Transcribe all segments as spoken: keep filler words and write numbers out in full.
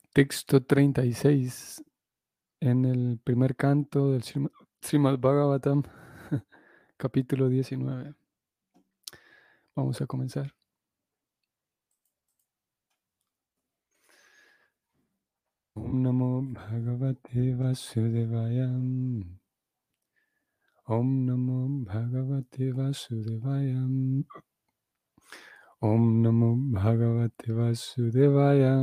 texto treinta y seis en el primer canto del Srimad, Srimad Bhagavatam, capítulo diecinueve. Vamos a comenzar. Om Namo Bhagavate Vasudevaya. Om Namo Bhagavate Vasudevaya. Om Namo Bhagavate Vasudevaya.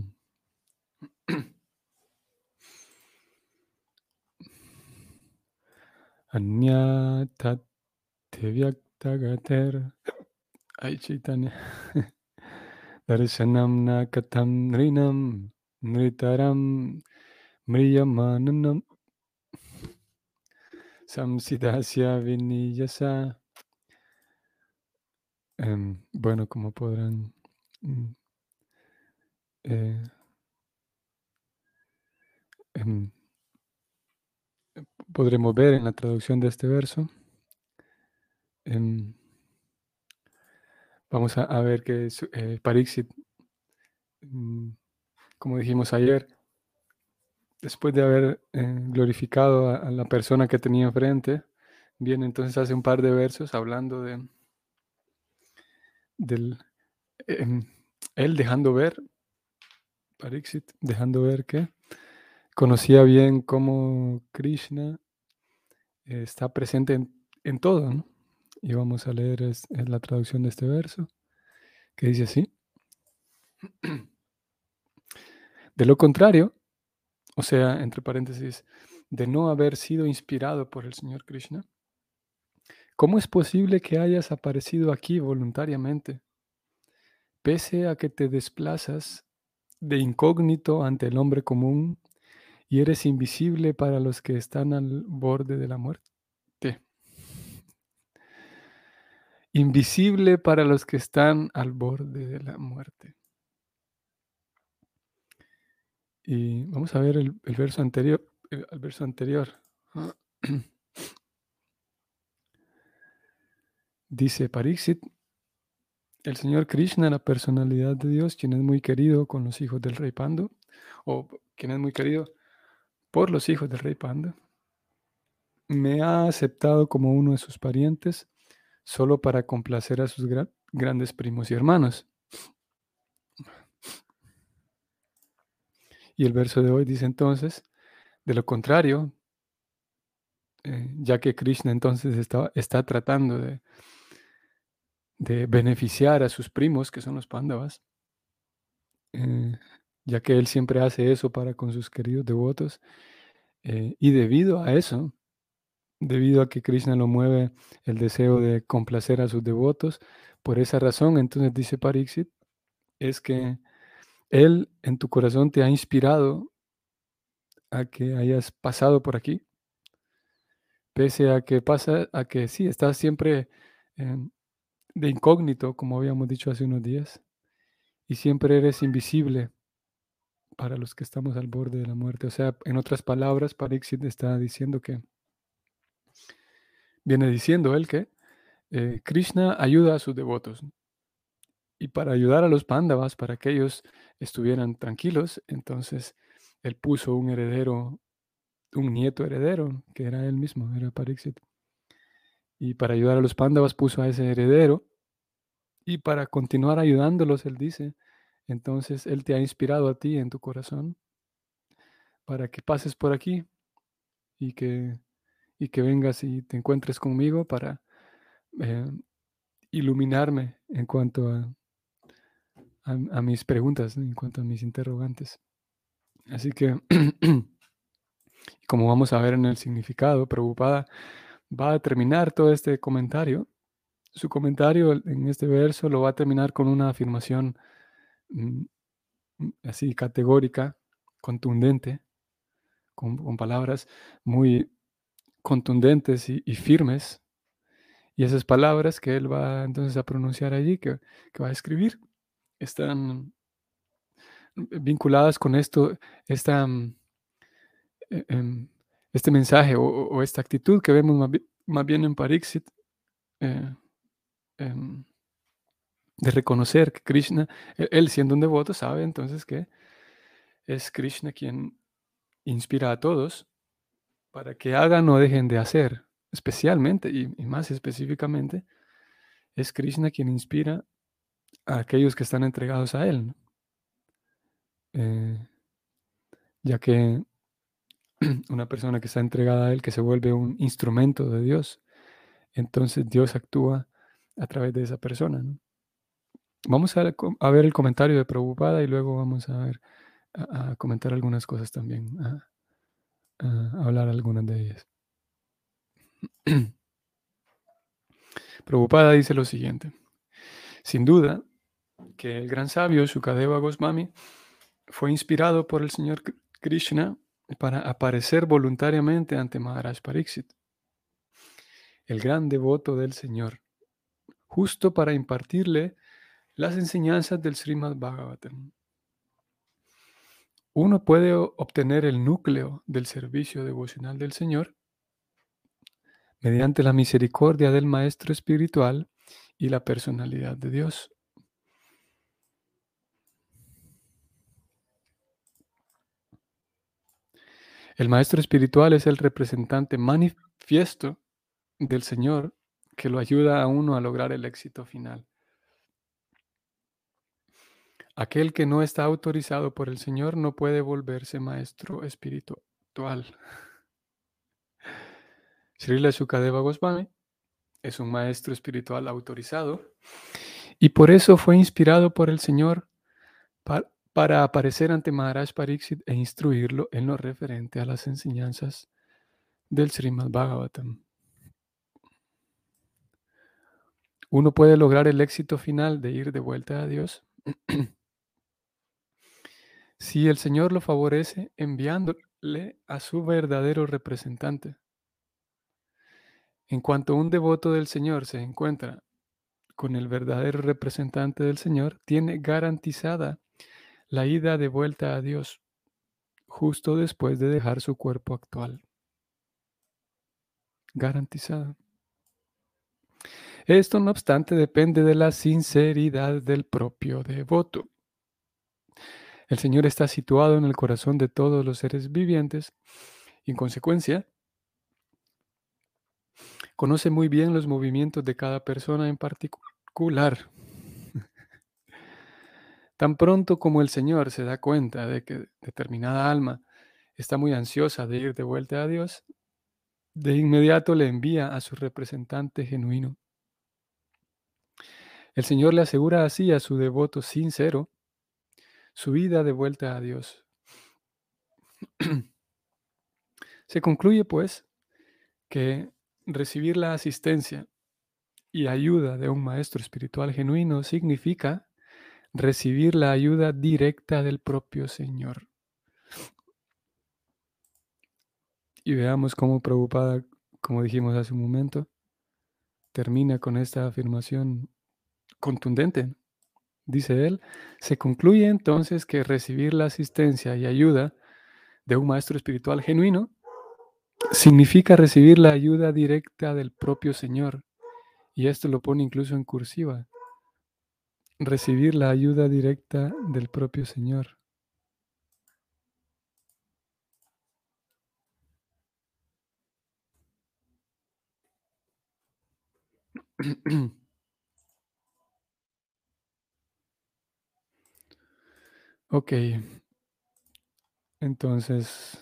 Anyat Tevyaktagater. Ay, Chaitanya. Darshanam na katam nrinam nritaram mriyamananam samsidasya viniyasa. Um, bueno, como podrán um, eh, um, podremos ver en la traducción de este verso, um, vamos a, a ver que eh, Pariksit, um, como dijimos ayer, después de haber eh, glorificado a, a la persona que tenía enfrente, viene entonces hace un par de versos hablando de del eh, él dejando ver, Pariksit, dejando ver que conocía bien cómo Krishna eh, está presente en, en todo, ¿no? Y vamos a leer es, es la traducción de este verso, que dice así. De lo contrario, o sea, entre paréntesis, de no haber sido inspirado por el Señor Krishna, ¿cómo es posible que hayas aparecido aquí voluntariamente, pese a que te desplazas de incógnito ante el hombre común y eres invisible para los que están al borde de la muerte? Invisible para los que están al borde de la muerte. Y vamos a ver el, el verso anterior. El, el verso anterior. Dice Pariksit, el Señor Krishna, la personalidad de Dios, quien es muy querido con los hijos del rey Pandu, o quien es muy querido por los hijos del rey Pandu, me ha aceptado como uno de sus parientes solo para complacer a sus gra- grandes primos y hermanos. Y el verso de hoy dice entonces, de lo contrario, eh, ya que Krishna entonces está, está tratando de, de beneficiar a sus primos, que son los Pándavas, eh, ya que él siempre hace eso para con sus queridos devotos, eh, y debido a eso, debido a que Krishna lo mueve el deseo de complacer a sus devotos, por esa razón, entonces dice Pariksit, es que él en tu corazón te ha inspirado a que hayas pasado por aquí, pese a que pasa, a que sí, estás siempre eh, de incógnito, como habíamos dicho hace unos días, y siempre eres invisible para los que estamos al borde de la muerte. O sea, en otras palabras, Pariksit está diciendo que, viene diciendo él que eh, Krishna ayuda a sus devotos. Y para ayudar a los Pándavas, para que ellos estuvieran tranquilos, entonces él puso un heredero, un nieto heredero, que era él mismo, era Pariksit. Y para ayudar a los Pándavas puso a ese heredero. Y para continuar ayudándolos, él dice, entonces él te ha inspirado a ti en tu corazón para que pases por aquí y que, y que vengas y te encuentres conmigo para eh, iluminarme en cuanto a, a, a mis preguntas, ¿no? En cuanto a mis interrogantes. Así que, como vamos a ver en el significado, Prabhupada va a terminar todo este comentario. Su comentario en este verso lo va a terminar con una afirmación mm, así categórica, contundente, con, con palabras muy contundentes y, y firmes. Y esas palabras que él va entonces a pronunciar allí, que, que va a escribir, están vinculadas con esto, esta, mm, eh, em, este mensaje o, o esta actitud que vemos más, bi- más bien en Pariksit, eh, em, de reconocer que Krishna, él, él siendo un devoto, sabe entonces que es Krishna quien inspira a todos para que hagan o dejen de hacer. Especialmente y, y más específicamente, es Krishna quien inspira a aquellos que están entregados a Él, ¿no? Eh, ya que una persona que está entregada a Él, que se vuelve un instrumento de Dios, entonces Dios actúa a través de esa persona, ¿no? Vamos a, a ver el comentario de Prabhupada y luego vamos a ver, a, a comentar algunas cosas también, a, a hablar algunas de ellas. Prabhupada dice lo siguiente: sin duda que el gran sabio Shukadeva Goswami fue inspirado por el Señor Krishna para aparecer voluntariamente ante Maharaj Pariksit, el gran devoto del Señor, justo para impartirle las enseñanzas del Srimad Bhagavatam. Uno puede obtener el núcleo del servicio devocional del Señor mediante la misericordia del Maestro Espiritual y la personalidad de Dios. El Maestro Espiritual es el representante manifiesto del Señor que lo ayuda a uno a lograr el éxito final. Aquel que no está autorizado por el Señor no puede volverse maestro espiritual. Srila Shukadeva Goswami es un maestro espiritual autorizado y por eso fue inspirado por el Señor para, para aparecer ante Maharaj Pariksit e instruirlo en lo referente a las enseñanzas del Srimad Bhagavatam. Uno puede lograr el éxito final de ir de vuelta a Dios si el Señor lo favorece enviándole a su verdadero representante. En cuanto un devoto del Señor se encuentra con el verdadero representante del Señor, tiene garantizada la ida de vuelta a Dios justo después de dejar su cuerpo actual. Garantizada. Esto, no obstante, depende de la sinceridad del propio devoto. El Señor está situado en el corazón de todos los seres vivientes y, en consecuencia, conoce muy bien los movimientos de cada persona en particular. Tan pronto como el Señor se da cuenta de que determinada alma está muy ansiosa de ir de vuelta a Dios, de inmediato le envía a su representante genuino. El Señor le asegura así a su devoto sincero su ida de vuelta a Dios. Se concluye, pues, que recibir la asistencia y ayuda de un maestro espiritual genuino significa recibir la ayuda directa del propio Señor. Y veamos cómo Prabhupada, como dijimos hace un momento, termina con esta afirmación contundente. Dice él, se concluye entonces que recibir la asistencia y ayuda de un maestro espiritual genuino significa recibir la ayuda directa del propio Señor. Y esto lo pone incluso en cursiva. Recibir la ayuda directa del propio Señor. Ok, entonces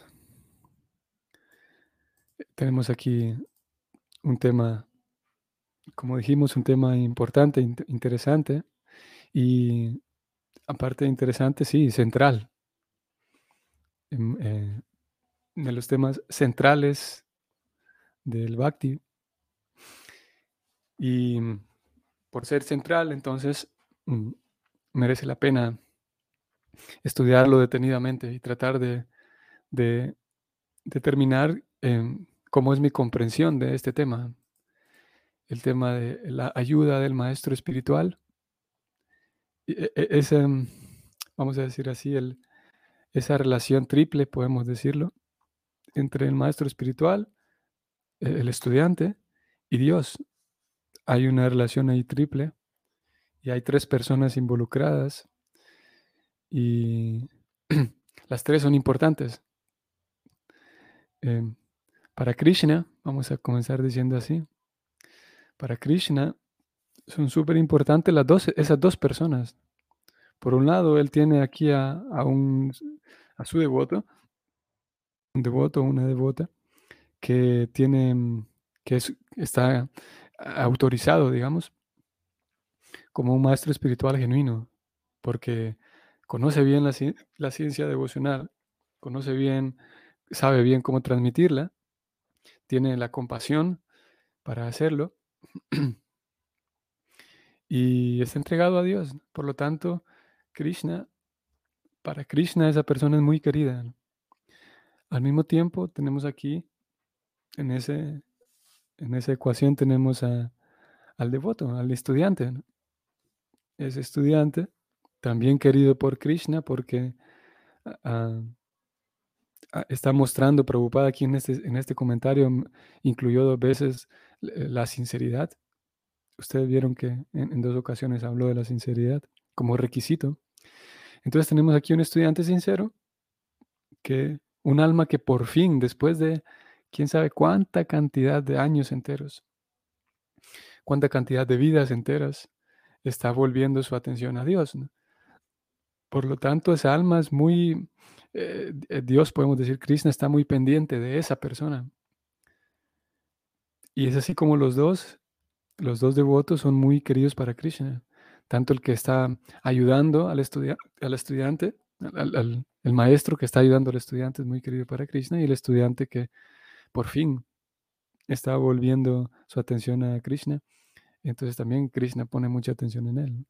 tenemos aquí un tema, como dijimos, un tema importante, int- interesante y aparte de interesante, sí, central. En, eh, de los temas centrales del Bhakti. Y mm, por ser central, entonces mm, merece la pena estudiarlo detenidamente y tratar de, de determinar eh, cómo es mi comprensión de este tema. El tema de la ayuda del maestro espiritual. E- e- Es, em, vamos a decir así, el, esa relación triple, podemos decirlo, entre el maestro espiritual, eh, el estudiante y Dios. Hay una relación ahí triple y hay tres personas involucradas y Las tres son importantes. Eh, para Krishna, vamos a comenzar diciendo así, para Krishna son súper importantes las dos, esas dos personas. Por un lado, él tiene aquí a, a, un, a su devoto, un devoto, una devota, que tiene, mm, que es, está autorizado, digamos, como un maestro espiritual genuino, porque conoce bien la, ci- la ciencia devocional, conoce bien, sabe bien cómo transmitirla, tiene la compasión para hacerlo y está entregado a Dios. Por lo tanto, Krishna, para Krishna esa persona es muy querida. Al mismo tiempo, tenemos aquí, en, ese, en esa ecuación, tenemos a, al devoto, al estudiante, ¿no? Ese estudiante, también querido por Krishna, porque ah, ah, está mostrando, preocupada aquí en este, en este comentario, m- incluyó dos veces eh, la sinceridad. Ustedes vieron que en, en dos ocasiones habló de la sinceridad como requisito. Entonces tenemos aquí un estudiante sincero, que un alma que por fin, después de quién sabe cuánta cantidad de años enteros, cuánta cantidad de vidas enteras, está volviendo su atención a Dios, ¿no? Por lo tanto, esa alma es muy, eh, eh, Dios, podemos decir, Krishna está muy pendiente de esa persona. Y es así como los dos, los dos devotos son muy queridos para Krishna. Tanto el que está ayudando al, estudia- al estudiante, al, al- el maestro que está ayudando al estudiante es muy querido para Krishna, y el estudiante que por fin está volviendo su atención a Krishna, entonces también Krishna pone mucha atención en él.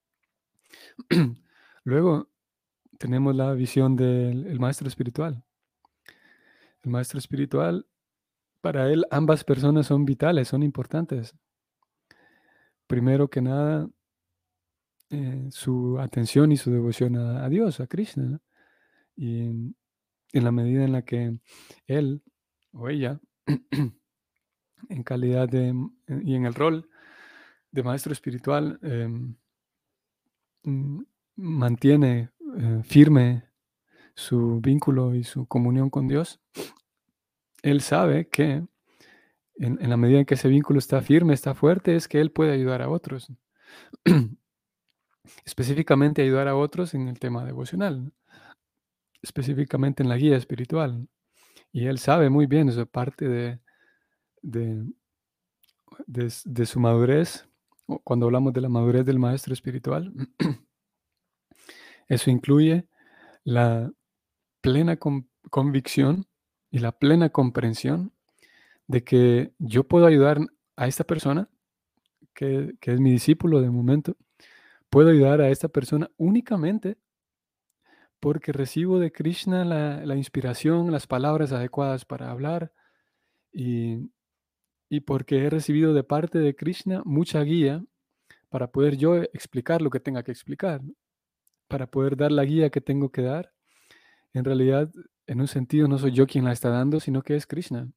Luego tenemos la visión del el maestro espiritual. El maestro espiritual, para él ambas personas son vitales, son importantes. Primero que nada, eh, su atención y su devoción a, a Dios, a Krishna, ¿no? Y en, en la medida en la que él o ella, en calidad de, y en el rol de maestro espiritual, eh, mm, mantiene eh, firme su vínculo y su comunión con Dios, él sabe que en, en la medida en que ese vínculo está firme, está fuerte, es que él puede ayudar a otros. Específicamente ayudar a otros en el tema devocional, ¿no? Específicamente en la guía espiritual. Y él sabe muy bien, eso es parte de, de, de, de su madurez. Cuando hablamos de la madurez del maestro espiritual, eso incluye la plena con, convicción y la plena comprensión de que yo puedo ayudar a esta persona, que, que es mi discípulo de momento, puedo ayudar a esta persona únicamente porque recibo de Krishna la, la inspiración, las palabras adecuadas para hablar, y, y porque he recibido de parte de Krishna mucha guía para poder yo explicar lo que tenga que explicar, ¿no? Para poder dar la guía que tengo que dar. En realidad, en un sentido, no soy yo quien la está dando, sino que es Krishna.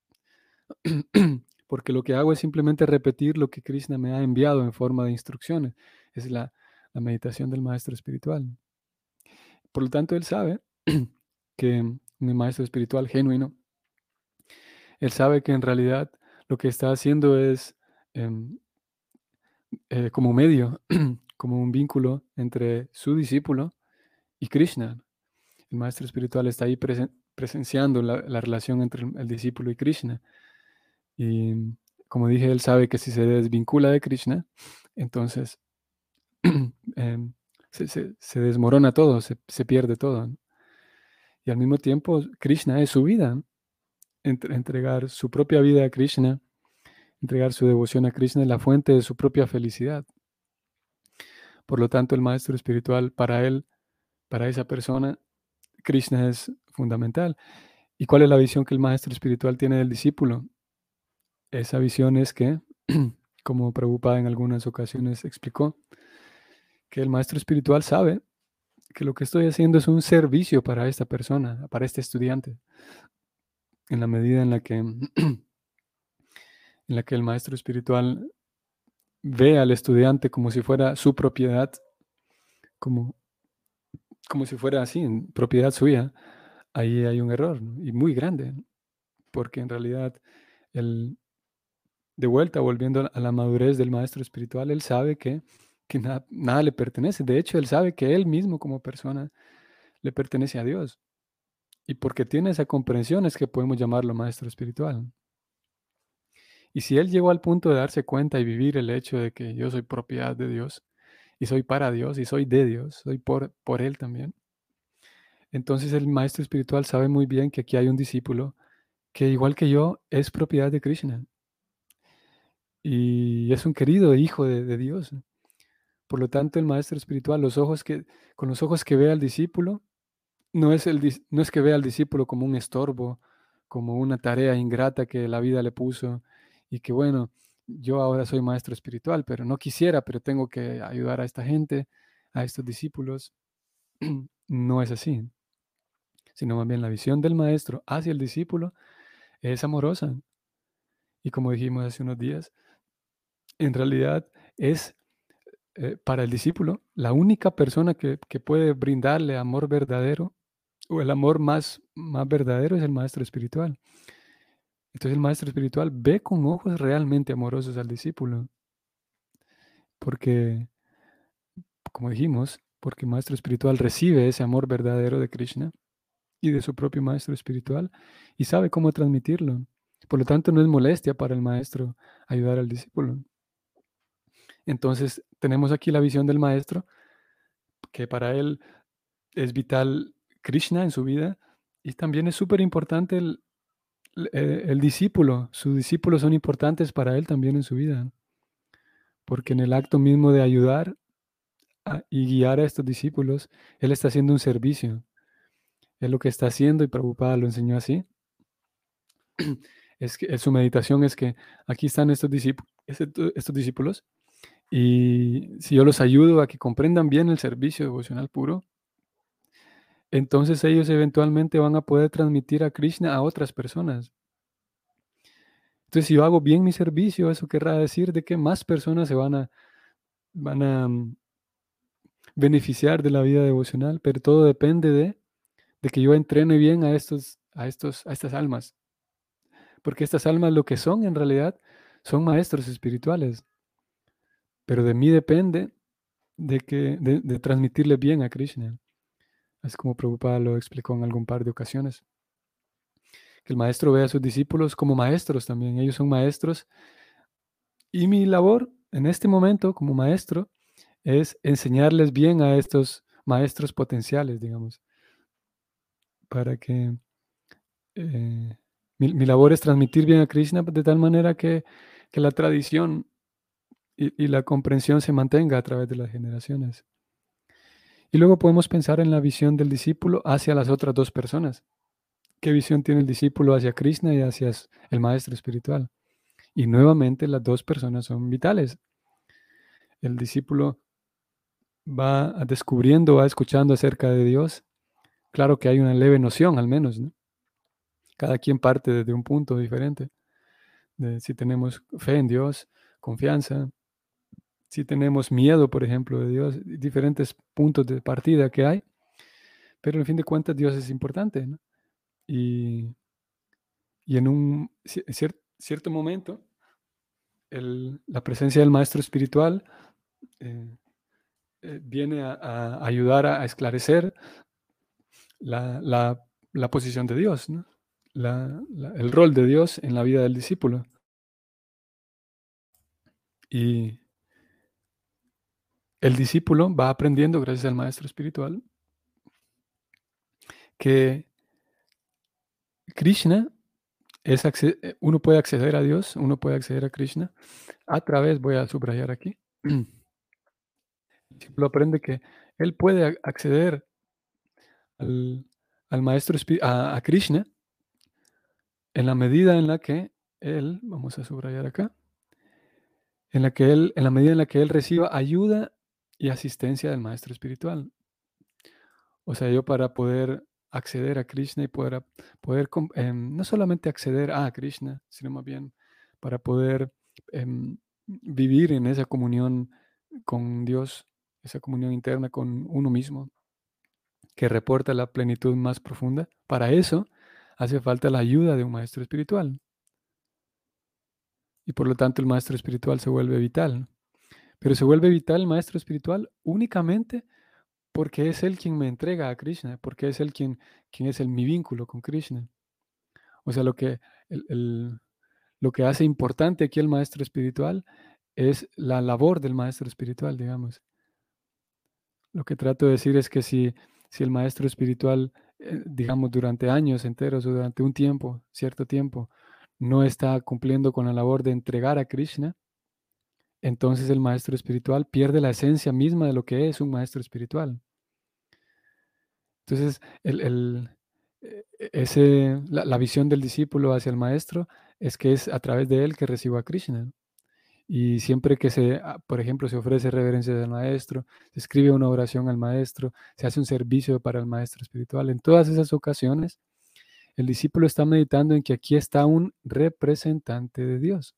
Porque lo que hago es simplemente repetir lo que Krishna me ha enviado en forma de instrucciones. Es la, la meditación del maestro espiritual. Por lo tanto, él sabe que mi maestro espiritual genuino, él sabe que en realidad lo que está haciendo es em, eh, como medio, como un vínculo entre su discípulo y Krishna. El maestro espiritual está ahí presen- presenciando la, la relación entre el, el discípulo y Krishna. Y como dije, él sabe que si se desvincula de Krishna, entonces em, se, se- se desmorona todo, se, se pierde todo, ¿no? Y al mismo tiempo, Krishna es su vida, ¿no? Entre- entregar su propia vida a Krishna, entregar su devoción a Krishna es la fuente de su propia felicidad. Por lo tanto, el maestro espiritual, para él, para esa persona, Krishna es fundamental. ¿Y cuál es la visión que el maestro espiritual tiene del discípulo? Esa visión es que, como Prabhupada en algunas ocasiones explicó, que el maestro espiritual sabe que lo que estoy haciendo es un servicio para esta persona, para este estudiante, en la medida en la que, en la que el maestro espiritual ve al estudiante como si fuera su propiedad, como como si fuera así, en propiedad suya, ahí hay un error, ¿no? Y muy grande, ¿no? Porque en realidad, él, de vuelta, volviendo a la madurez del maestro espiritual, él sabe que, que nada, nada le pertenece. De hecho, él sabe que él mismo como persona le pertenece a Dios. Y porque tiene esa comprensión es que podemos llamarlo maestro espiritual. Y si él llegó al punto de darse cuenta y vivir el hecho de que yo soy propiedad de Dios, y soy para Dios, y soy de Dios, soy por, por Él también, entonces el maestro espiritual sabe muy bien que aquí hay un discípulo que, igual que yo, es propiedad de Krishna y es un querido hijo de, de Dios. Por lo tanto, el maestro espiritual, los ojos que, con los ojos que ve al discípulo, no es, el, dis- no es que vea al discípulo como un estorbo, como una tarea ingrata que la vida le puso y que, bueno, yo ahora soy maestro espiritual, pero no quisiera, pero tengo que ayudar a esta gente, a estos discípulos. No es así, sino más bien la visión del maestro hacia el discípulo es amorosa. Y como dijimos hace unos días, en realidad es eh, para el discípulo la única persona que, que puede brindarle amor verdadero o el amor más, más verdadero es el maestro espiritual. Entonces el maestro espiritual ve con ojos realmente amorosos al discípulo, porque, como dijimos, porque el maestro espiritual recibe ese amor verdadero de Krishna y de su propio maestro espiritual y sabe cómo transmitirlo. Por lo tanto, no es molestia para el maestro ayudar al discípulo. Entonces, tenemos aquí la visión del maestro, que para él es vital Krishna en su vida y también es súper importante el, el, eh, el discípulo. Sus discípulos son importantes para él también en su vida, porque en el acto mismo de ayudar a- y guiar a estos discípulos, él está haciendo un servicio. Es lo que está haciendo y Prabhupada lo enseñó así. Es que su meditación es que aquí están estos discípulos, estos discípulos y si yo los ayudo a que comprendan bien el servicio devocional puro, entonces ellos eventualmente van a poder transmitir a Krishna a otras personas. Entonces, si yo hago bien mi servicio, eso querrá decir de que más personas se van a, van a mm, beneficiar de la vida devocional, pero todo depende de, de que yo entrene bien a estos, a estos, a estas almas, porque estas almas lo que son en realidad son maestros espirituales, pero de mí depende de, que, de, de transmitirle bien a Krishna. Es como Prabhupada lo explicó en algún par de ocasiones. Que el maestro ve a sus discípulos como maestros también. Ellos son maestros. Y mi labor en este momento como maestro es enseñarles bien a estos maestros potenciales, digamos, para que eh, mi, mi labor es transmitir bien a Krishna de tal manera que, que la tradición y, y la comprensión se mantenga a través de las generaciones. Y luego podemos pensar en la visión del discípulo hacia las otras dos personas. ¿Qué visión tiene el discípulo hacia Krishna y hacia el maestro espiritual? Y nuevamente las dos personas son vitales. El discípulo va descubriendo, va escuchando acerca de Dios. Claro que hay una leve noción al menos, ¿no? Cada quien parte desde un punto diferente. De si tenemos fe en Dios, confianza, si tenemos miedo, por ejemplo, de Dios, diferentes puntos de partida que hay. Pero en fin de cuentas Dios es importante, ¿no? Y, y en un cier- cierto momento, el- la presencia del maestro espiritual eh, eh, viene a, a ayudar a, a esclarecer la, la- la posición de Dios, ¿no? La- la- el rol de Dios en la vida del discípulo. Y el discípulo va aprendiendo, gracias al maestro espiritual, que Krishna es, acce- eh, uno puede acceder a Dios, uno puede acceder a Krishna a través, voy a subrayar aquí, el discípulo aprende que él puede a- acceder al, al maestro espi- a, a Krishna en la medida en la que él, vamos a subrayar acá, en la que él, en la medida en la que él reciba ayuda y asistencia del maestro espiritual. O sea, yo para poder acceder a Krishna y poder, poder em, no solamente acceder a Krishna, sino más bien para poder em, vivir en esa comunión con Dios, esa comunión interna con uno mismo, que reporta la plenitud más profunda, para eso hace falta la ayuda de un maestro espiritual. Y por lo tanto el maestro espiritual se vuelve vital. Pero se vuelve vital el maestro espiritual únicamente porque es él quien me entrega a Krishna, porque es él quien, quien es el, mi vínculo con Krishna. O sea, lo que, el, el, lo que hace importante aquí el maestro espiritual es la labor del maestro espiritual, digamos. Lo que trato de decir es que si, si el maestro espiritual, eh, digamos, durante años enteros o durante un tiempo, cierto tiempo, no está cumpliendo con la labor de entregar a Krishna, entonces el maestro espiritual pierde la esencia misma de lo que es un maestro espiritual. Entonces, el, el, eh, ese, la, la visión del discípulo hacia el maestro es que es a través de él que recibo a Krishna. Y siempre que se, ah, por ejemplo, se ofrece reverencia al maestro, se escribe una oración al maestro, se hace un servicio para el maestro espiritual, en todas esas ocasiones, el discípulo está meditando en que aquí está un representante de Dios.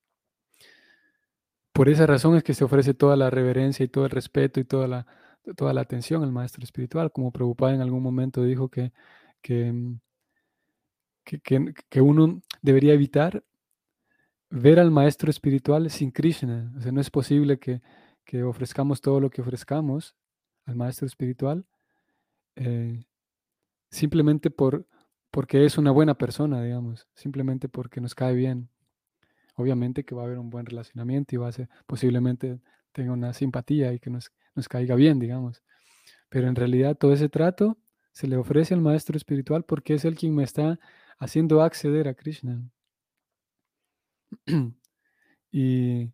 Por esa razón es que se ofrece toda la reverencia y todo el respeto y toda la, toda la atención al maestro espiritual, como Prabhupada en algún momento dijo que, que, mm, que, que- que uno debería evitar ver al maestro espiritual sin Krishna. O sea, no es posible que, que ofrezcamos todo lo que ofrezcamos al maestro espiritual eh, simplemente por, porque es una buena persona, digamos, simplemente porque nos cae bien. Obviamente que va a haber un buen relacionamiento y va a ser, posiblemente tenga una simpatía y que nos, nos caiga bien, digamos. Pero en realidad todo ese trato se le ofrece al maestro espiritual porque es él quien me está haciendo acceder a Krishna. Y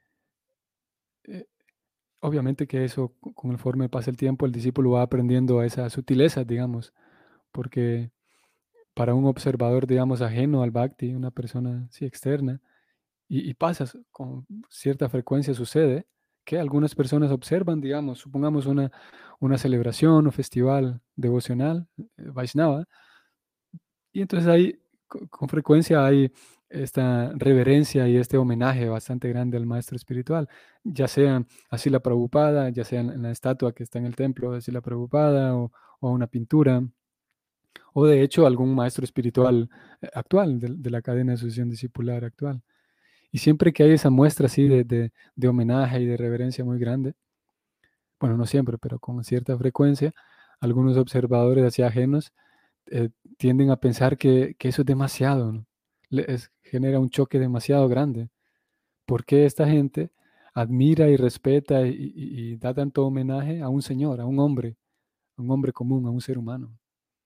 eh, obviamente que eso, co- conforme pasa el tiempo, el discípulo va aprendiendo a esas sutilezas, digamos, porque para un observador, digamos, ajeno al bhakti, una persona sí, externa, y, y pasa, s- con cierta frecuencia sucede que algunas personas observan, digamos, supongamos una, una celebración o festival devocional, eh, Vaishnava, y entonces ahí, co- con frecuencia hay esta reverencia y este homenaje bastante grande al maestro espiritual, ya sea así la Prabhupada, ya sea en, en la estatua que está en el templo, así la Prabhupada, o, o una pintura, o de hecho algún maestro espiritual eh, actual, de, de la cadena de sucesión discipular actual. Y siempre que hay esa muestra así de, de, de homenaje y de reverencia muy grande, bueno, no siempre, pero con cierta frecuencia, algunos observadores así ajenos eh, tienden a pensar que, que eso es demasiado, ¿no? Le- es- genera un choque demasiado grande. ¿Por qué esta gente admira y respeta y, y- y da tanto homenaje a un señor, a un hombre, a un hombre común, a un ser humano?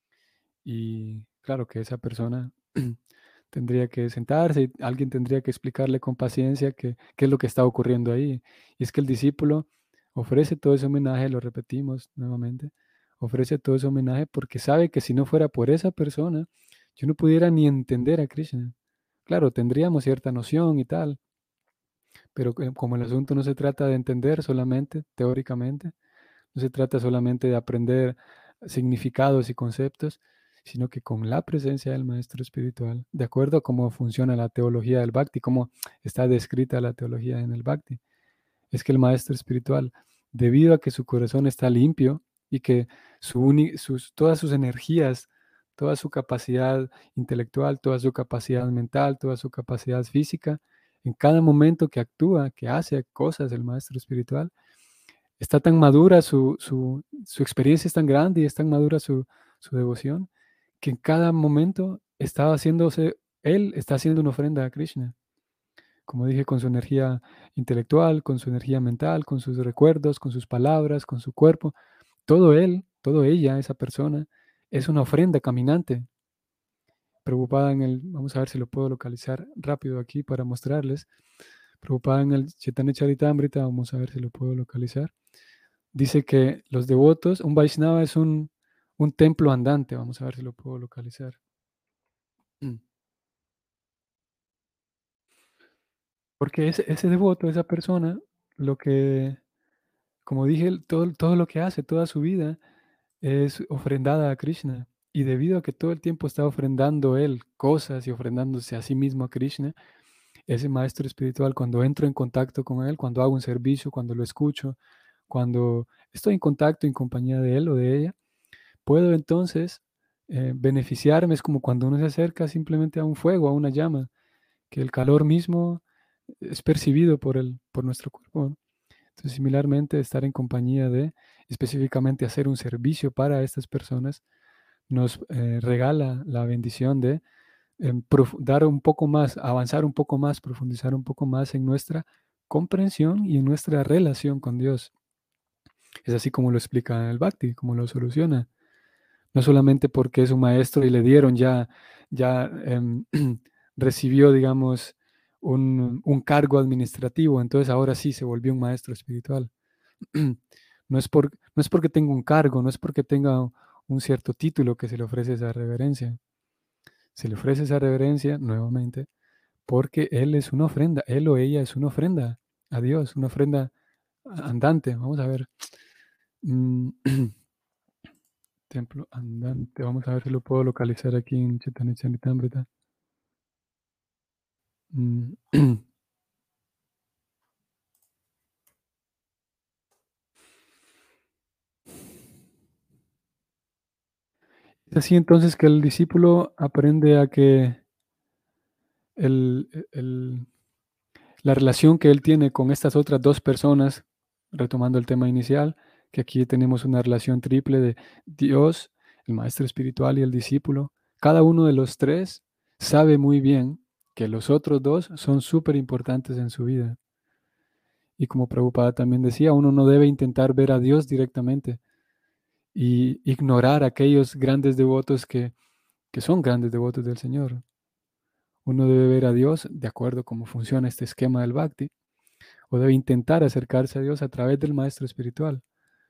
Y claro que esa persona tendría que sentarse y alguien tendría que explicarle con paciencia qué, qué es lo que está ocurriendo ahí. Y es que el discípulo ofrece todo ese homenaje, lo repetimos nuevamente, ofrece todo ese homenaje porque sabe que si no fuera por esa persona, yo no pudiera ni entender a Krishna. Claro, tendríamos cierta noción y tal, pero que- como el asunto no se trata de entender solamente teóricamente, no se trata solamente de aprender significados y conceptos, sino que con la presencia del maestro espiritual, de acuerdo a cómo funciona la teología del Bhakti, cómo está descrita la teología en el Bhakti, es que el maestro espiritual, debido a que su corazón está limpio y que su uni- sus, todas sus energías, toda su capacidad intelectual, toda su capacidad mental, toda su capacidad física, en cada momento que actúa, que hace cosas el maestro espiritual, está tan madura su, su, su experiencia es tan grande y es tan madura su, su devoción, que en cada momento está haciéndose, él está haciendo una ofrenda a Krishna. Como dije, con su energía intelectual, con su energía mental, con sus recuerdos, con sus palabras, con su cuerpo. Todo él, todo ella, esa persona, es una ofrenda caminante. Preocupada en el, vamos a ver si lo puedo localizar rápido aquí para mostrarles. Preocupada en el Chaitanya Charitamrita, vamos a ver si lo puedo localizar. Dice que los devotos, un Vaishnava es un, un templo andante. Vamos a ver si lo puedo localizar. Mm. Porque ese, ese devoto, esa persona, lo que, como dije, el- todo, todo lo que hace, toda su vida, es ofrendada a Krishna. Y debido a que todo el tiempo está ofrendando él cosas y ofrendándose a sí mismo a Krishna, ese maestro espiritual, cuando entro en contacto con él, cuando hago un servicio, cuando lo escucho, cuando estoy en contacto, en compañía de él o de ella, puedo entonces eh, beneficiarme. Es como cuando uno se acerca simplemente a un fuego, a una llama, que el calor mismo es percibido por, el, por nuestro cuerpo, ¿no? Entonces, similarmente, estar en compañía de, específicamente hacer un servicio para estas personas, nos eh, regala la bendición de em, profu- dar un poco más, avanzar un poco más, profundizar un poco más en nuestra comprensión y en nuestra relación con Dios. Es así como lo explica el Bhakti, como lo soluciona. No solamente porque es un maestro y le dieron ya, ya em, recibió, digamos, un, un cargo administrativo, entonces ahora sí se volvió un maestro espiritual. No es por, no es porque tenga un cargo, no es porque tenga un cierto título que se le ofrece esa reverencia. Se le ofrece esa reverencia nuevamente porque él es una ofrenda, él o ella es una ofrenda a Dios, una ofrenda andante. Vamos a ver. Mm, templo andante. Vamos a ver si lo puedo localizar aquí en Chaitanya Charitamrita. Mm, Es así entonces que el discípulo aprende a que el, el- la relación que él tiene con estas otras dos personas, retomando el tema inicial, que aquí tenemos una relación triple de Dios, el maestro espiritual y el discípulo, cada uno de los tres sabe muy bien que los otros dos son súper importantes en su vida. Y como Prabhupada también decía, uno no debe intentar ver a Dios directamente y ignorar a aquellos grandes devotos que, que son grandes devotos del Señor. Uno debe ver a Dios de acuerdo a cómo funciona este esquema del Bhakti, o debe intentar acercarse a Dios a través del maestro espiritual.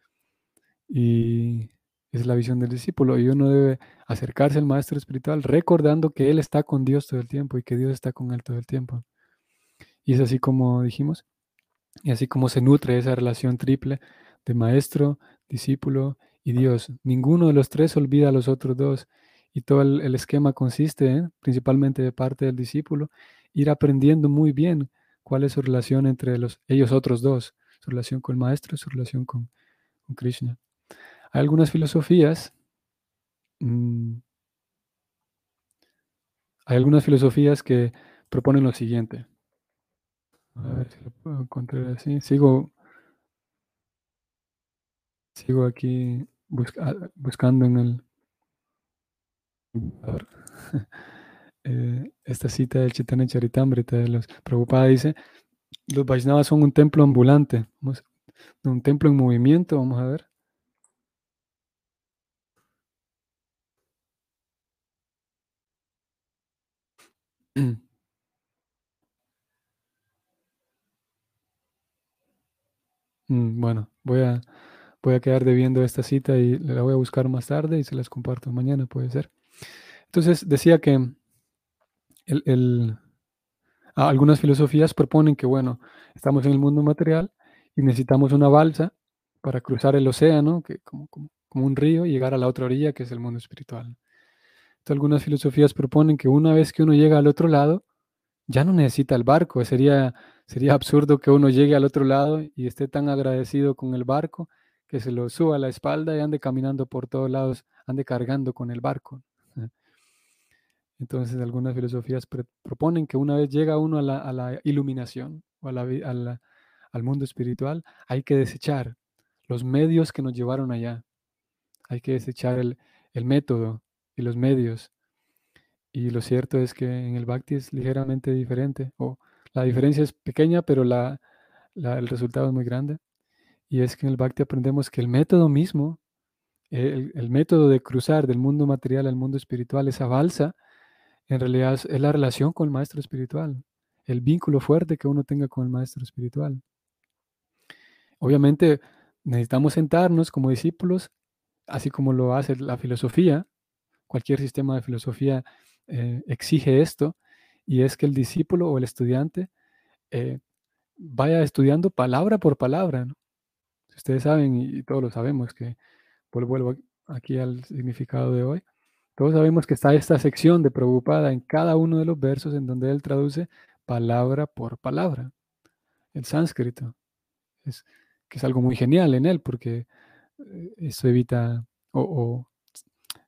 Y es la visión del discípulo. Y uno debe acercarse al maestro espiritual recordando que él está con Dios todo el tiempo y que Dios está con él todo el tiempo. Y es así como dijimos, y así como se nutre esa relación triple de maestro, discípulo y Dios. Ninguno de los tres olvida a los otros dos. Y todo el, el esquema consiste en, principalmente de parte del discípulo, ir aprendiendo muy bien cuál es su relación entre los, ellos otros dos, su relación con el maestro y su relación con, con Krishna. Hay algunas filosofías, mm, hay algunas filosofías que proponen lo siguiente. A ver si lo puedo encontrar así. Sigo, sigo aquí busca- buscando en el... a ver, eh, esta cita del Chaitanya Charitamrita de los Prabhupada dice, los Vaishnavas son un templo ambulante, vamos- un templo en movimiento, vamos a ver. Mm, Bueno, voy a, voy a quedar debiendo esta cita y la voy a buscar más tarde y se las comparto mañana, puede ser. Entonces decía que el, el- ah, algunas filosofías proponen que, bueno, estamos en el mundo material y necesitamos una balsa para cruzar el océano, que como, como, como un río, y llegar a la otra orilla, que es el mundo espiritual. Entonces, algunas filosofías proponen que una vez que uno llega al otro lado, ya no necesita el barco. Sería, sería absurdo que uno llegue al otro lado y esté tan agradecido con el barco que se lo suba a la espalda y ande caminando por todos lados, ande cargando con el barco. Entonces, algunas filosofías pre- proponen que una vez llega uno a la, a la iluminación o a la vi- a la- al mundo espiritual, hay que desechar los medios que nos llevaron allá. Hay que desechar el, el método y los medios. Y lo cierto es que en el Bhakti es ligeramente diferente, o la diferencia es pequeña, pero la, la- el resultado es muy grande. Y es que en el Bhakti aprendemos que el método mismo, el, el método de cruzar del mundo material al mundo espiritual, esa balsa, en realidad es, es la relación con el maestro espiritual, el vínculo fuerte que uno tenga con el maestro espiritual. Obviamente necesitamos sentarnos como discípulos, así como lo hace la filosofía. Cualquier sistema de filosofía eh, exige esto, y es que el discípulo o el estudiante eh, vaya estudiando palabra por palabra, ¿no? Si ustedes saben, y todos lo sabemos, que vuelvo, vuelvo aquí al significado de hoy, todos sabemos que está esta sección de Prabhupada en cada uno de los versos en donde él traduce palabra por palabra, el sánscrito, es, que es algo muy genial en él, porque eh, eso evita o, o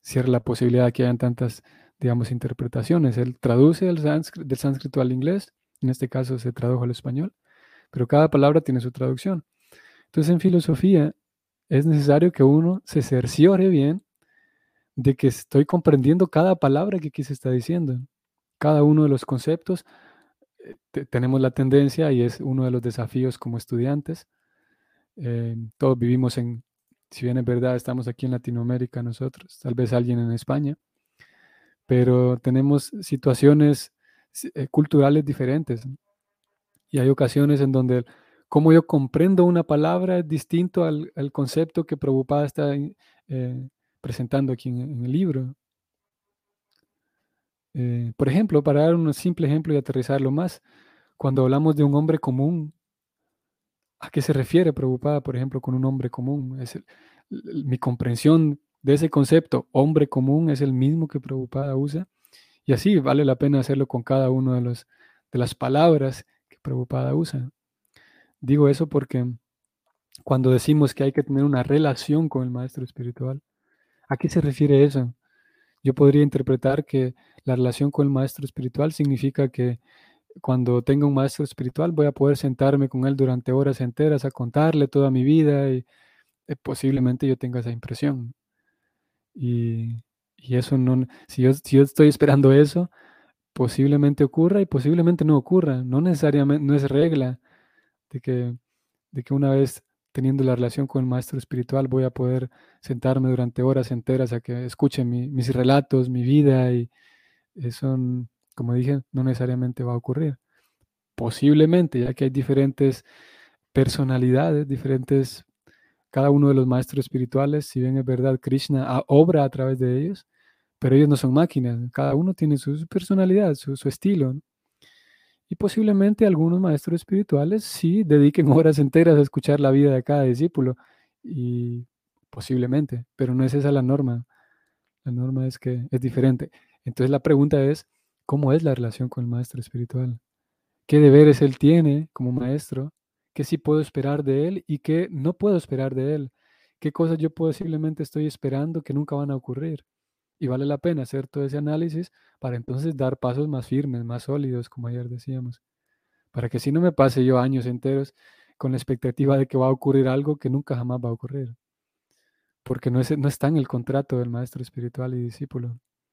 cierra la posibilidad de que hayan tantas, digamos, interpretaciones. Él traduce del sánscrito, del sánscrito al inglés, en este caso se tradujo al español, pero cada palabra tiene su traducción. Entonces, en filosofía es necesario que uno se cerciore bien de que estoy comprendiendo cada palabra que aquí se está diciendo. Cada uno de los conceptos, eh, te- tenemos la tendencia, y es uno de los desafíos como estudiantes. eh, todos vivimos en, si bien es verdad, estamos aquí en Latinoamérica nosotros, tal vez alguien en España, pero tenemos situaciones si- eh, culturales diferentes, ¿no? Y hay ocasiones en donde cómo yo comprendo una palabra es distinto al, al concepto que Prabhupada está eh, presentando aquí en, en el libro. Eh, por ejemplo, para dar un simple ejemplo y aterrizarlo más, cuando hablamos de un hombre común, ¿a qué se refiere Prabhupada, por ejemplo, con un hombre común? Es el- el- mi comprensión de ese concepto, hombre común, es el mismo que Prabhupada usa. Y así vale la pena hacerlo con cada una de, los, de las palabras que Prabhupada usa. Digo eso porque cuando decimos que hay que tener una relación con el maestro espiritual, ¿a qué se refiere eso? Yo podría interpretar que la relación con el maestro espiritual significa que cuando tenga un maestro espiritual voy a poder sentarme con él durante horas enteras a contarle toda mi vida y eh, posiblemente yo tenga esa impresión. Y, y eso no, si yo, si yo estoy esperando eso, posiblemente ocurra y posiblemente no ocurra. No necesariamente, no es regla de que, de que una vez teniendo la relación con el maestro espiritual voy a poder sentarme durante horas enteras a que escuche mi- mis relatos, mi vida, y eso, n- como dije, no necesariamente va a ocurrir. Posiblemente, ya que hay diferentes personalidades, diferentes, cada uno de los maestros espirituales, si bien es verdad, Krishna a- obra a través de ellos, pero ellos no son máquinas, cada uno tiene su, su personalidad, su, su estilo, ¿no? Y posiblemente algunos maestros espirituales sí dediquen horas enteras a escuchar la vida de cada discípulo, y posiblemente, pero no es esa la norma. La norma es que es diferente. Entonces la pregunta es, ¿cómo es la relación con el maestro espiritual? ¿Qué deberes él tiene como maestro? ¿Qué sí puedo esperar de él y qué no puedo esperar de él? ¿Qué cosas yo posiblemente estoy esperando que nunca van a ocurrir? Y vale la pena hacer todo ese análisis para entonces dar pasos más firmes, más sólidos, como ayer decíamos, para que si no me pase yo años enteros con la expectativa de que va a ocurrir algo que nunca jamás va a ocurrir, porque no, es, no está en el contrato del maestro espiritual y discípulo.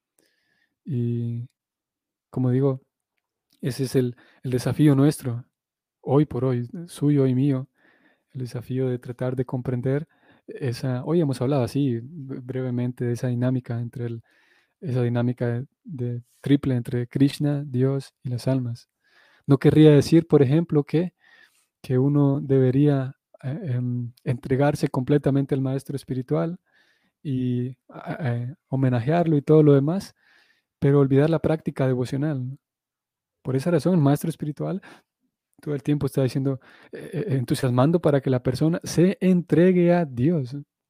Y como digo, ese es el, el desafío nuestro, hoy por hoy, suyo y mío, el desafío de tratar de comprender esa, hoy hemos hablado así bre- brevemente de esa dinámica entre el, esa dinámica de, de triple entre Krishna, Dios y las almas. No querría decir, por ejemplo, que, que uno debería eh, em, entregarse completamente al maestro espiritual y a- a- homenajearlo y todo lo demás, pero olvidar la práctica devocional, ¿no? Por esa razón, el maestro espiritual todo el tiempo está diciendo, eh, eh, entusiasmando para que la persona se entregue a Dios.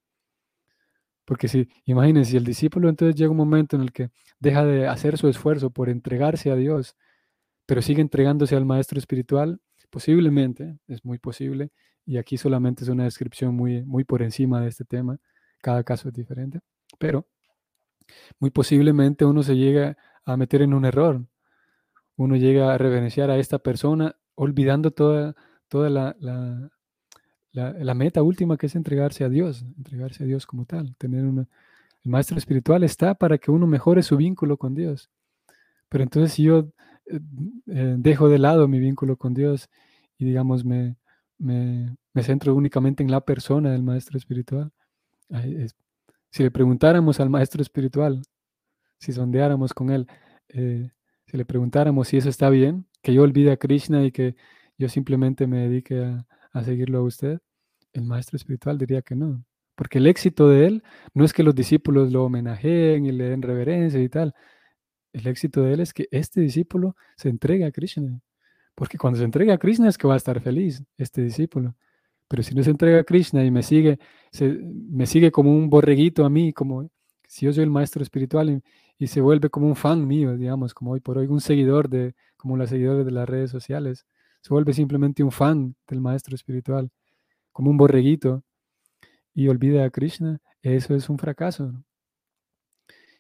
Porque si, imagínense, si el discípulo entonces llega un momento en el que deja de hacer su esfuerzo por entregarse a Dios, pero sigue entregándose al maestro espiritual, posiblemente, es muy posible, y aquí solamente es una descripción muy, muy por encima de este tema, cada caso es diferente, pero muy posiblemente uno se llega a meter en un error, uno llega a reverenciar a esta persona olvidando toda, toda la, la, la, la meta última que es entregarse a Dios, entregarse a Dios como tal, tener una, el maestro espiritual está para que uno mejore su vínculo con Dios. Pero entonces si yo eh, eh, dejo de lado mi vínculo con Dios y digamos me, me, me centro únicamente en la persona del maestro espiritual, ay, es- si le preguntáramos al maestro espiritual, si sondeáramos con él, eh, si le preguntáramos si eso está bien, que yo olvide a Krishna y que yo simplemente me dedique a, a seguirlo a usted, el maestro espiritual diría que no. Porque el éxito de él no es que los discípulos lo homenajeen y le den reverencia y tal. El éxito de él es que este discípulo se entregue a Krishna. Porque cuando se entrega a Krishna es que va a estar feliz este discípulo. Pero si no se entrega a Krishna y me sigue, se, me sigue como un borreguito a mí, como si yo soy el maestro espiritual y, y se vuelve como un fan mío, digamos, como hoy por hoy, un seguidor de, como los seguidores de las redes sociales, se vuelve simplemente un fan del maestro espiritual, como un borreguito y olvida a Krishna, eso es un fracaso, ¿no?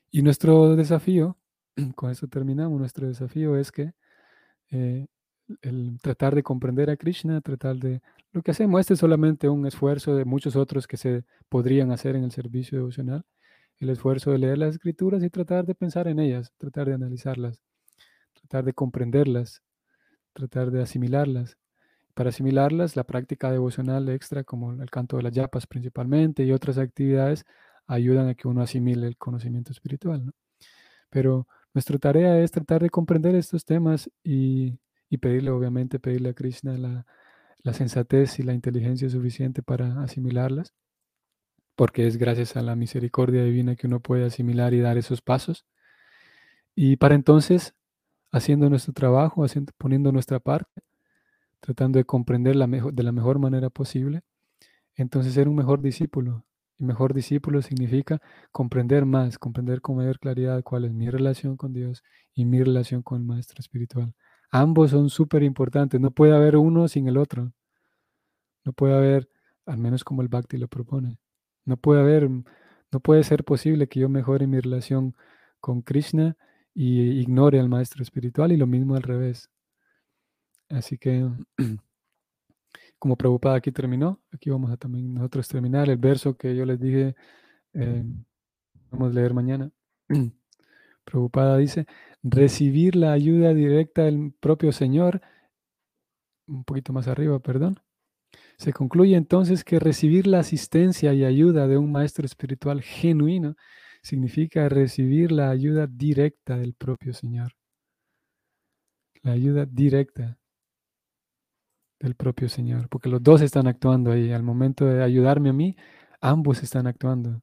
Y nuestro desafío, con esto terminamos, nuestro desafío es que eh, el tratar de comprender a Krishna, tratar de... Lo que hacemos, este es solamente un esfuerzo de muchos otros que se podrían hacer en el servicio devocional, el esfuerzo de leer las escrituras y tratar de pensar en ellas, tratar de analizarlas, tratar de comprenderlas, tratar de asimilarlas. Para asimilarlas, la práctica devocional extra, como el canto de las yapas principalmente y otras actividades, ayudan a que uno asimile el conocimiento espiritual, ¿no? Pero nuestra tarea es tratar de comprender estos temas y, y pedirle, obviamente, pedirle a Krishna la, la sensatez y la inteligencia suficiente para asimilarlas, porque es gracias a la misericordia divina que uno puede asimilar y dar esos pasos. Y para entonces, haciendo nuestro trabajo, haciendo, poniendo nuestra parte, tratando de comprender la mejo- de la mejor manera posible, entonces ser un mejor discípulo. Y mejor discípulo significa comprender más, comprender con mayor claridad cuál es mi relación con Dios y mi relación con el maestro espiritual. Ambos son súper importantes. No puede haber uno sin el otro. No puede haber, al menos como el Bhakti lo propone. No puede haber, no puede ser posible que yo mejore mi relación con Krishna y ignore al maestro espiritual y lo mismo al revés. Así que como Prabhupada aquí terminó, aquí vamos a también nosotros terminar el verso que yo les dije, eh, vamos a leer mañana. Prabhupada dice, recibir la ayuda directa del propio Señor, un poquito más arriba, perdón. Se concluye entonces que recibir la asistencia y ayuda de un maestro espiritual genuino significa recibir la ayuda directa del propio Señor. La ayuda directa del propio Señor, porque los dos están actuando ahí. Al momento de ayudarme a mí, ambos están actuando.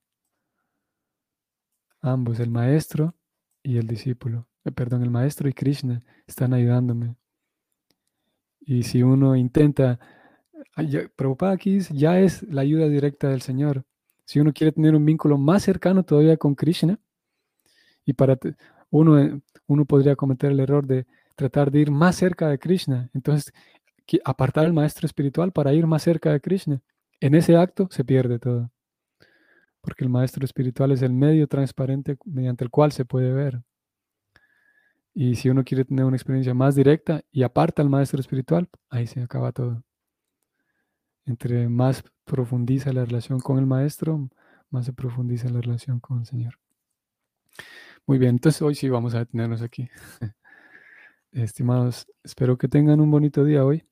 Ambos, el maestro y el discípulo. Eh, perdón, el maestro y Krishna están ayudándome. Y si uno intenta, ah, ya- Prabhupada aquí dice, ya es la ayuda directa del Señor. Si uno quiere tener un vínculo más cercano todavía con Krishna, y para te- uno, eh, uno podría cometer el error de tratar de ir más cerca de Krishna. Entonces, qui- apartar al maestro espiritual para ir más cerca de Krishna. En ese acto se pierde todo, porque el maestro espiritual es el medio transparente mediante el cual se puede ver. Y si uno quiere tener una experiencia más directa y aparta al maestro espiritual, ahí se acaba todo. Entre más profundiza la relación con el maestro, más se profundiza la relación con el Señor. Muy bien, entonces hoy sí vamos a detenernos aquí. Estimados, espero que tengan un bonito día hoy.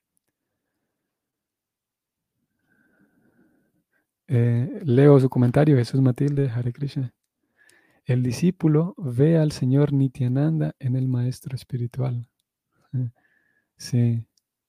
Eh, leo su comentario, Jesús Matilde, Hare Krishna. El discípulo ve al Señor Nityananda en el maestro espiritual. Eh, Sí,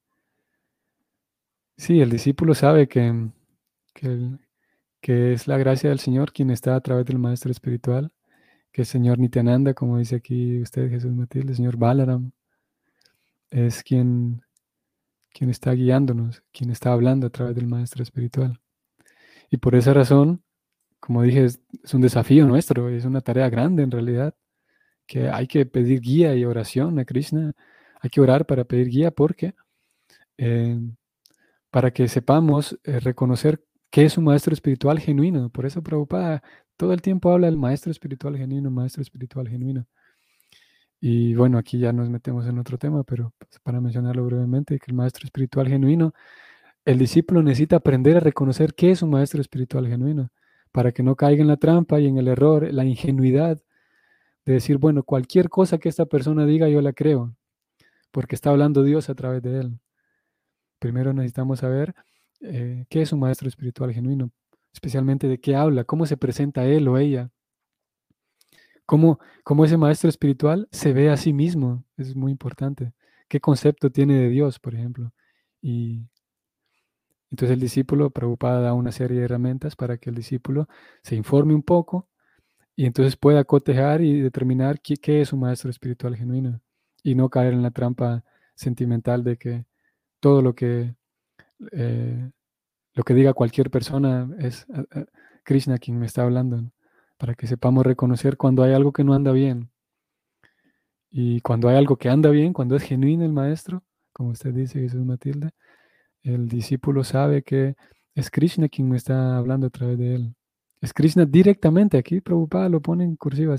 sí, el discípulo sabe que, que, el- que es la gracia del Señor quien está a través del maestro espiritual, que el Señor Nityananda, como dice aquí usted, Jesús Matilde, el Señor Balaram, es quien, quien está guiándonos, quien está hablando a través del maestro espiritual. Y por esa razón, como dije, es, es un desafío nuestro, es una tarea grande en realidad, que hay que pedir guía y oración a Krishna. Hay que orar para pedir guía porque, eh, para que sepamos eh, reconocer qué es un maestro espiritual genuino. Por eso Prabhupada todo el tiempo habla del maestro espiritual genuino, maestro espiritual genuino. Y bueno, aquí ya nos metemos en otro tema, pero pues, para mencionarlo brevemente, que el maestro espiritual genuino, el discípulo necesita aprender a reconocer qué es un maestro espiritual genuino, para que no caiga en la trampa y en el error, la ingenuidad de decir, bueno, cualquier cosa que esta persona diga yo la creo, porque está hablando Dios a través de él. Primero necesitamos saber eh, qué es un maestro espiritual genuino, especialmente de qué habla, cómo se presenta él o ella, cómo, cómo ese maestro espiritual se ve a sí mismo, es muy importante, qué concepto tiene de Dios, por ejemplo. Y entonces el discípulo, Prabhupada da una serie de herramientas para que el discípulo se informe un poco y entonces pueda cotejar y determinar qué, qué es un maestro espiritual genuino y no caer en la trampa sentimental de que todo lo que, eh, lo que diga cualquier persona es eh, eh, Krishna quien me está hablando, ¿no? Para que sepamos reconocer cuando hay algo que no anda bien y cuando hay algo que anda bien, cuando es genuino el maestro, como usted dice, Jesús Matilde, el discípulo sabe que es Krishna quien me está hablando a través de él. Es Krishna directamente, aquí Prabhupada lo pone en cursivas,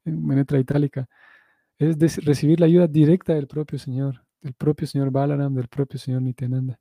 en letra itálica, es de recibir la ayuda directa del propio Señor, del propio Señor Balaram, del propio Señor Nityananda.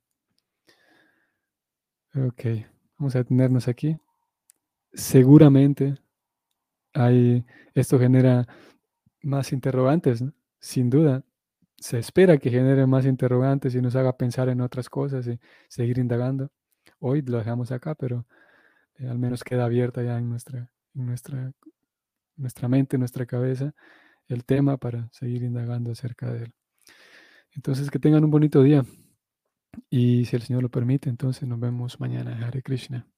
Ok, vamos a detenernos aquí. Seguramente hay, esto genera más interrogantes, ¿no? Sin duda. Se espera que genere más interrogantes y nos haga pensar en otras cosas y seguir indagando. Hoy lo dejamos acá, pero eh, al menos queda abierta ya en nuestra, en nuestra, nuestra mente, nuestra cabeza, el tema para seguir indagando acerca de él. Entonces, que tengan un bonito día y si el Señor lo permite, entonces nos vemos mañana. Hare Krishna.